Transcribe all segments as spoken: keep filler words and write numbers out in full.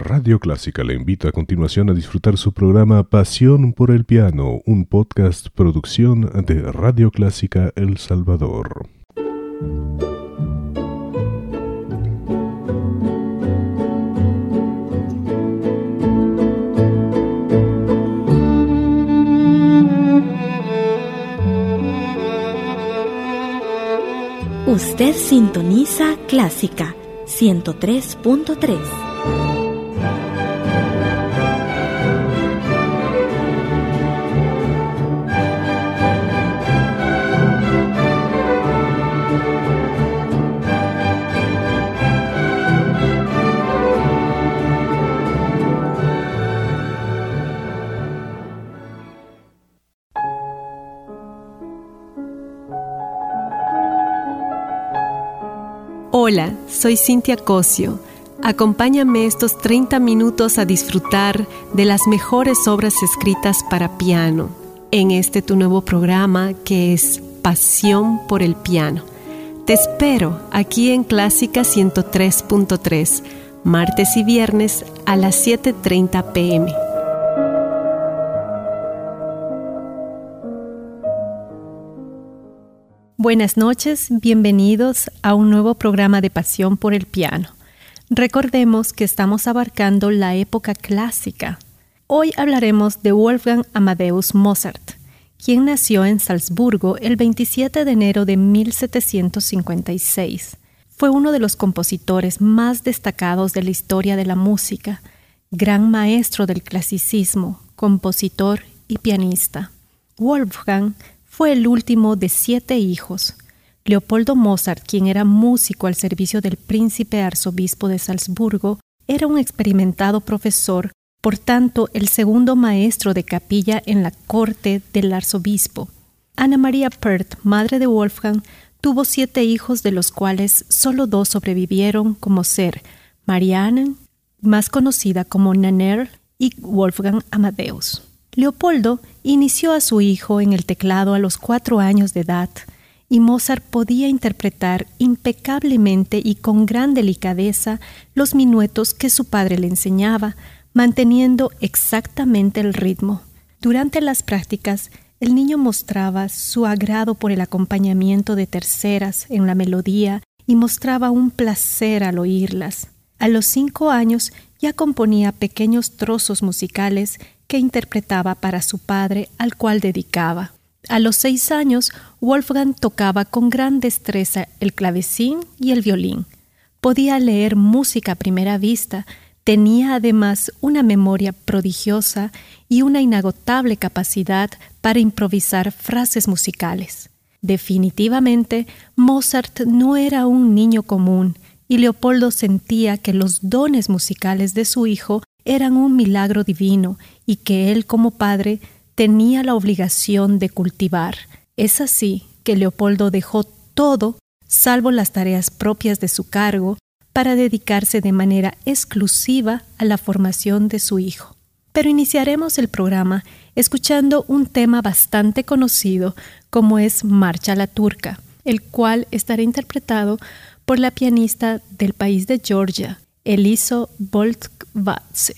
Radio Clásica le invita a continuación a disfrutar su programa Pasión por el Piano, un podcast producción de Radio Clásica El Salvador. Usted sintoniza Clásica ciento tres punto tres. Hola, soy Cintia Cosio. Acompáñame estos treinta minutos a disfrutar de las mejores obras escritas para piano en este tu nuevo programa que es Pasión por el Piano. Te espero aquí en Clásica ciento tres punto tres, martes y viernes a las siete treinta pm. Buenas noches, bienvenidos a un nuevo programa de Pasión por el Piano. Recordemos que estamos abarcando la época clásica. Hoy hablaremos de Wolfgang Amadeus Mozart, quien nació en Salzburgo el veintisiete de enero de mil setecientos cincuenta y seis. Fue uno de los compositores más destacados de la historia de la música, gran maestro del clasicismo, compositor y pianista. Wolfgang fue el último de siete hijos. Leopoldo Mozart, quien era músico al servicio del príncipe arzobispo de Salzburgo, era un experimentado profesor, por tanto, el segundo maestro de capilla en la corte del arzobispo. Anna Maria Perth, madre de Wolfgang, tuvo siete hijos, de los cuales solo dos sobrevivieron, como ser Marianne, más conocida como Nannerl, y Wolfgang Amadeus. Leopoldo inició a su hijo en el teclado a los cuatro años de edad y Mozart podía interpretar impecablemente y con gran delicadeza los minuetos que su padre le enseñaba, manteniendo exactamente el ritmo. Durante las prácticas, el niño mostraba su agrado por el acompañamiento de terceras en la melodía y mostraba un placer al oírlas. A los cinco años ya componía pequeños trozos musicales que interpretaba para su padre, al cual dedicaba. A los seis años, Wolfgang tocaba con gran destreza el clavecín y el violín. Podía leer música a primera vista, tenía además una memoria prodigiosa y una inagotable capacidad para improvisar frases musicales. Definitivamente, Mozart no era un niño común, y Leopoldo sentía que los dones musicales de su hijo eran un milagro divino y que él como padre tenía la obligación de cultivar. Es así que Leopoldo dejó todo, salvo las tareas propias de su cargo, para dedicarse de manera exclusiva a la formación de su hijo. Pero iniciaremos el programa escuchando un tema bastante conocido como es Marcha a la Turca, el cual estará interpretado por la pianista del país de Georgia, Eliso Boltkvadze.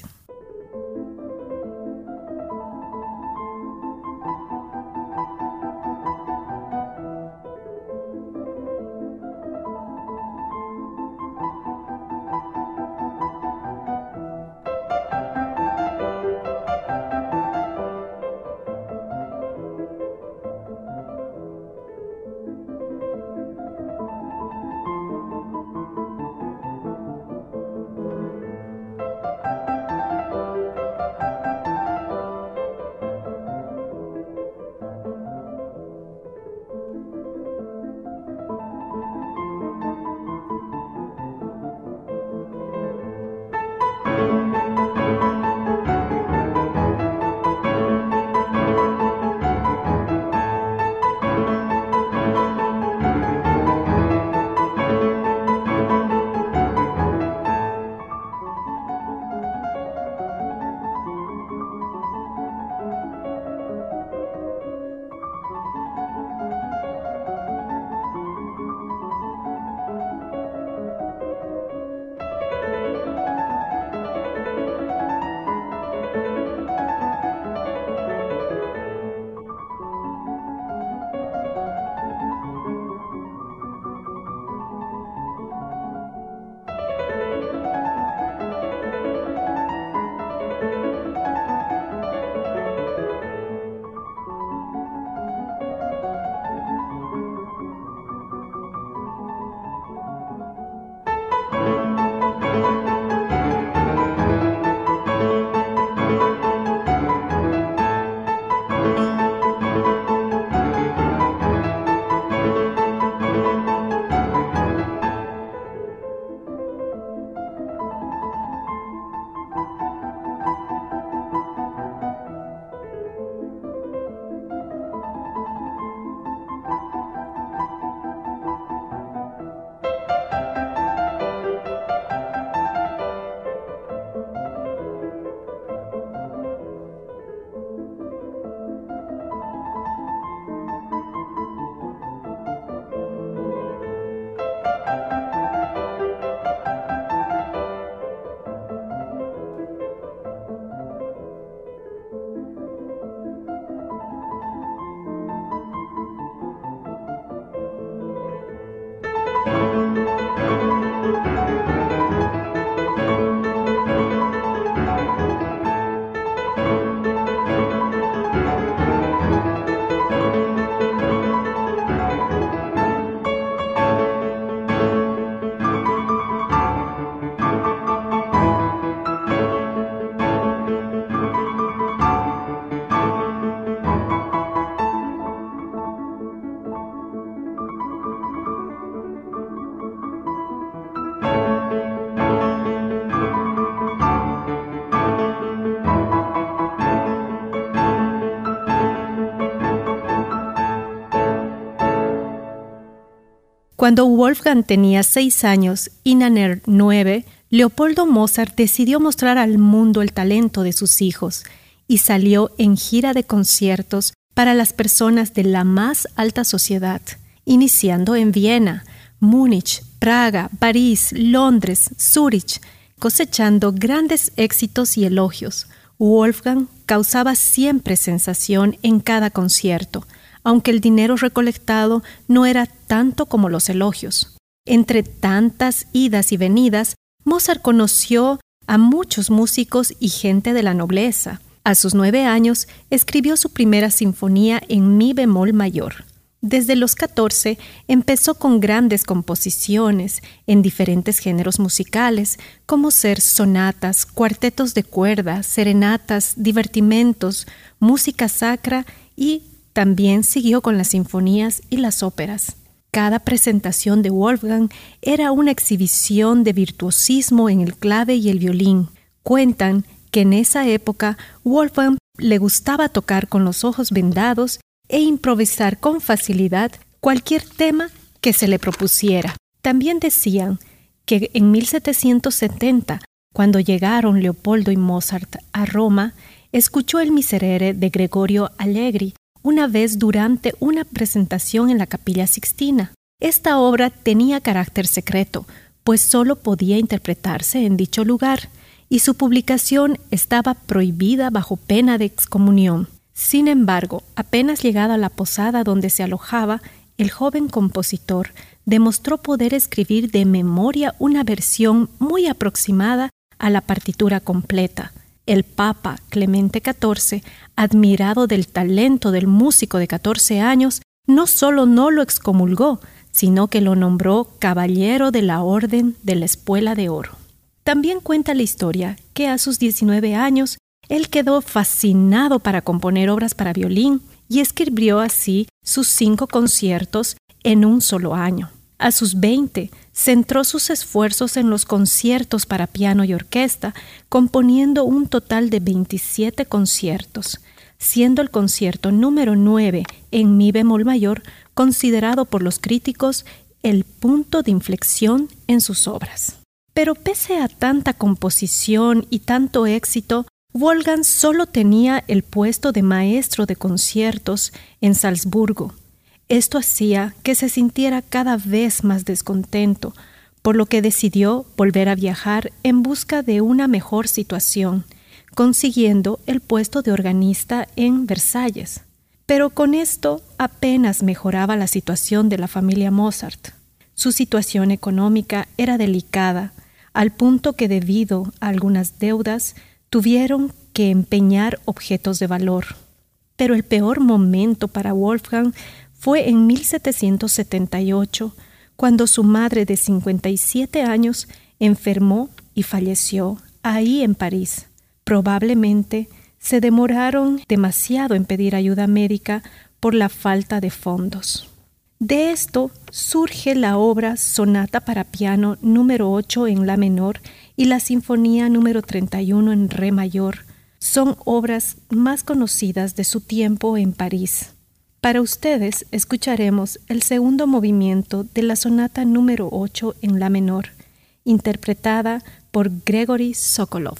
Cuando Wolfgang tenía seis años y Nannerl nueve, Leopoldo Mozart decidió mostrar al mundo el talento de sus hijos y salió en gira de conciertos para las personas de la más alta sociedad, iniciando en Viena, Múnich, Praga, París, Londres, Zúrich, cosechando grandes éxitos y elogios. Wolfgang causaba siempre sensación en cada concierto, aunque el dinero recolectado no era tanto como los elogios. Entre tantas idas y venidas, Mozart conoció a muchos músicos y gente de la nobleza. A sus nueve años, escribió su primera sinfonía en mi bemol mayor. Desde los catorce, empezó con grandes composiciones en diferentes géneros musicales, como ser sonatas, cuartetos de cuerda, serenatas, divertimentos, música sacra y también siguió con las sinfonías y las óperas. Cada presentación de Wolfgang era una exhibición de virtuosismo en el clave y el violín. Cuentan que en esa época Wolfgang le gustaba tocar con los ojos vendados e improvisar con facilidad cualquier tema que se le propusiera. También decían que en mil setecientos setenta, cuando llegaron Leopoldo y Mozart a Roma, escuchó el Miserere de Gregorio Allegri una vez durante una presentación en la Capilla Sixtina. Esta obra tenía carácter secreto, pues solo podía interpretarse en dicho lugar, y su publicación estaba prohibida bajo pena de excomunión. Sin embargo, apenas llegada a la posada donde se alojaba, el joven compositor demostró poder escribir de memoria una versión muy aproximada a la partitura completa. El Papa Clemente catorce, admirado del talento del músico de catorce años, no solo no lo excomulgó, sino que lo nombró caballero de la Orden de la Espuela de Oro. También cuenta la historia que a sus diecinueve años él quedó fascinado para componer obras para violín y escribió así sus cinco conciertos en un solo año. A sus veinte, centró sus esfuerzos en los conciertos para piano y orquesta, componiendo un total de veintisiete conciertos, siendo el concierto número nueve en mi bemol mayor considerado por los críticos el punto de inflexión en sus obras. Pero pese a tanta composición y tanto éxito, Wolfgang solo tenía el puesto de maestro de conciertos en Salzburgo. Esto hacía que se sintiera cada vez más descontento, por lo que decidió volver a viajar en busca de una mejor situación, consiguiendo el puesto de organista en Versalles. Pero con esto apenas mejoraba la situación de la familia Mozart. Su situación económica era delicada, al punto que debido a algunas deudas tuvieron que empeñar objetos de valor. Pero el peor momento para Wolfgang fue en mil setecientos setenta y ocho, cuando su madre de cincuenta y siete años enfermó y falleció ahí en París. Probablemente se demoraron demasiado en pedir ayuda médica por la falta de fondos. De esto surge la obra Sonata para piano número ocho en la menor y la Sinfonía número treinta y uno en re mayor. Son obras más conocidas de su tiempo en París. Para ustedes escucharemos el segundo movimiento de la sonata número ocho en la menor, interpretada por Gregory Sokolov.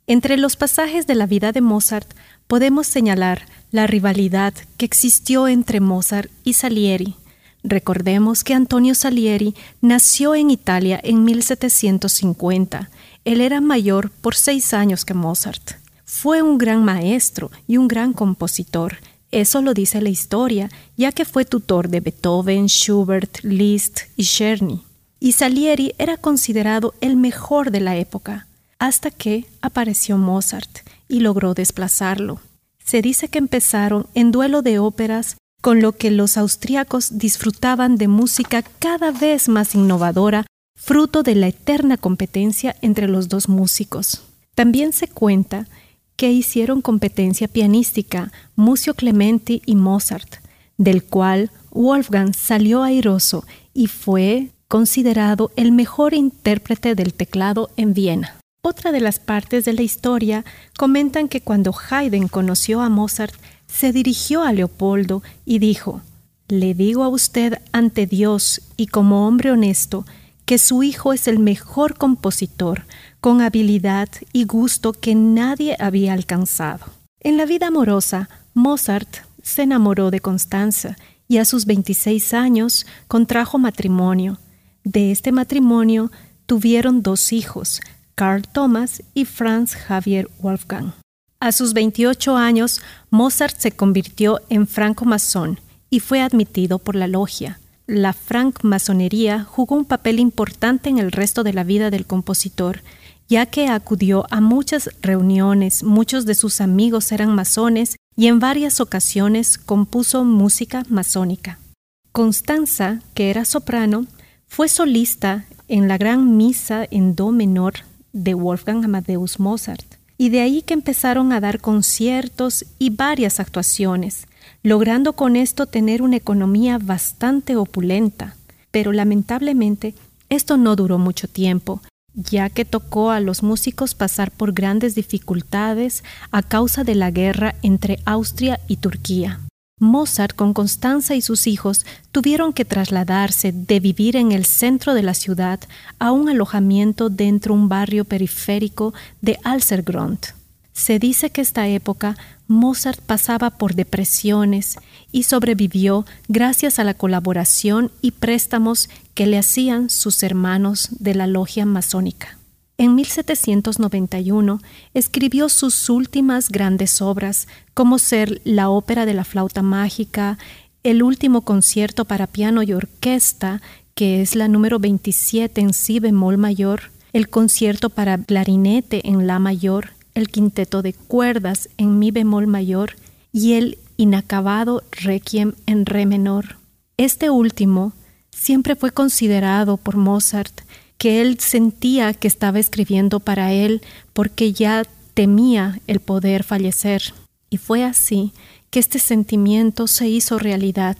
Entre los pasajes de la vida de Mozart podemos señalar la rivalidad que existió entre Mozart y Salieri. Recordemos que Antonio Salieri nació en Italia en mil setecientos cincuenta. Él era mayor por seis años que Mozart. Fue un gran maestro y un gran compositor. Eso lo dice la historia, ya que fue tutor de Beethoven, Schubert, Liszt y Czerny. Y Salieri era considerado el mejor de la época, hasta que apareció Mozart y logró desplazarlo. Se dice que empezaron en duelo de óperas, con lo que los austríacos disfrutaban de música cada vez más innovadora, fruto de la eterna competencia entre los dos músicos. También se cuenta que hicieron competencia pianística Muzio Clementi y Mozart, del cual Wolfgang salió airoso y fue considerado el mejor intérprete del teclado en Viena. Otra de las partes de la historia comentan que cuando Haydn conoció a Mozart, se dirigió a Leopoldo y dijo: «Le digo a usted ante Dios y como hombre honesto que su hijo es el mejor compositor, con habilidad y gusto que nadie había alcanzado». En la vida amorosa, Mozart se enamoró de Constanza y a sus veintiséis años contrajo matrimonio. De este matrimonio tuvieron dos hijos, Carl Thomas y Franz Xavier Wolfgang. A sus veintiocho años, Mozart se convirtió en francomasón y fue admitido por la logia. La francmasonería jugó un papel importante en el resto de la vida del compositor, ya que acudió a muchas reuniones, muchos de sus amigos eran masones y en varias ocasiones compuso música masónica. Constanza, que era soprano, fue solista en la Gran Misa en Do menor de Wolfgang Amadeus Mozart. Y de ahí que empezaron a dar conciertos y varias actuaciones, logrando con esto tener una economía bastante opulenta. Pero lamentablemente esto no duró mucho tiempo, ya que tocó a los músicos pasar por grandes dificultades a causa de la guerra entre Austria y Turquía. Mozart con Constanza y sus hijos tuvieron que trasladarse de vivir en el centro de la ciudad a un alojamiento dentro de un barrio periférico de Alsergrund. Se dice que esta época Mozart pasaba por depresiones y sobrevivió gracias a la colaboración y préstamos que le hacían sus hermanos de la logia masónica. En mil setecientos noventa y uno escribió sus últimas grandes obras, como ser la ópera de la flauta mágica, el último concierto para piano y orquesta, que es la número veintisiete en si bemol mayor, el concierto para clarinete en la mayor, el quinteto de cuerdas en mi bemol mayor y el inacabado requiem en re menor. Este último siempre fue considerado por Mozart que él sentía que estaba escribiendo para él porque ya temía el poder fallecer. Y fue así que este sentimiento se hizo realidad,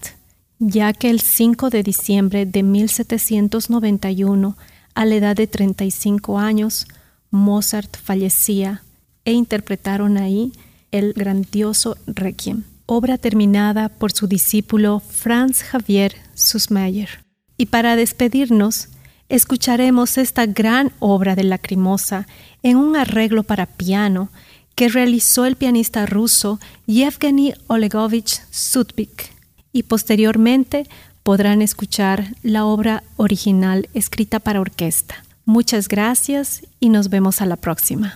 ya que el cinco de diciembre de mil setecientos noventa y uno, a la edad de treinta y cinco años, Mozart fallecía e interpretaron ahí el grandioso Requiem, obra terminada por su discípulo Franz Xavier Süssmayr. Y para despedirnos, escucharemos esta gran obra de Lacrimosa en un arreglo para piano que realizó el pianista ruso Yevgeny Olegovich Sudbik, y posteriormente podrán escuchar la obra original escrita para orquesta. Muchas gracias y nos vemos a la próxima.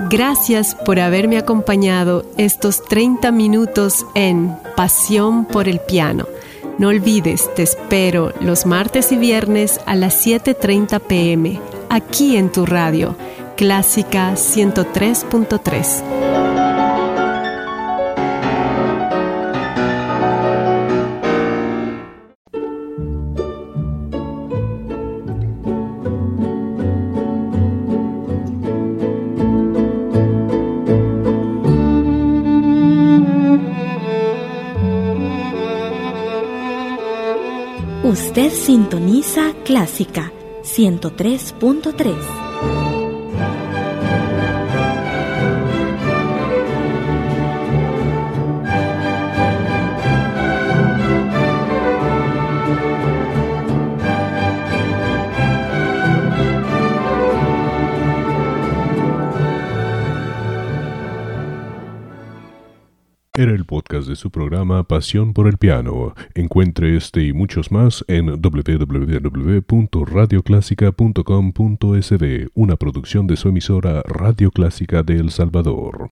Gracias por haberme acompañado estos treinta minutos en Pasión por el Piano. No olvides, te espero los martes y viernes a las siete treinta pm, aquí en tu radio, Clásica ciento tres punto tres. Usted sintoniza Clásica ciento tres punto tres. Era el podcast de su programa Pasión por el Piano. Encuentre este y muchos más en doble u doble u doble u punto radio clásica punto com punto es de, una producción de su emisora Radio Clásica de El Salvador.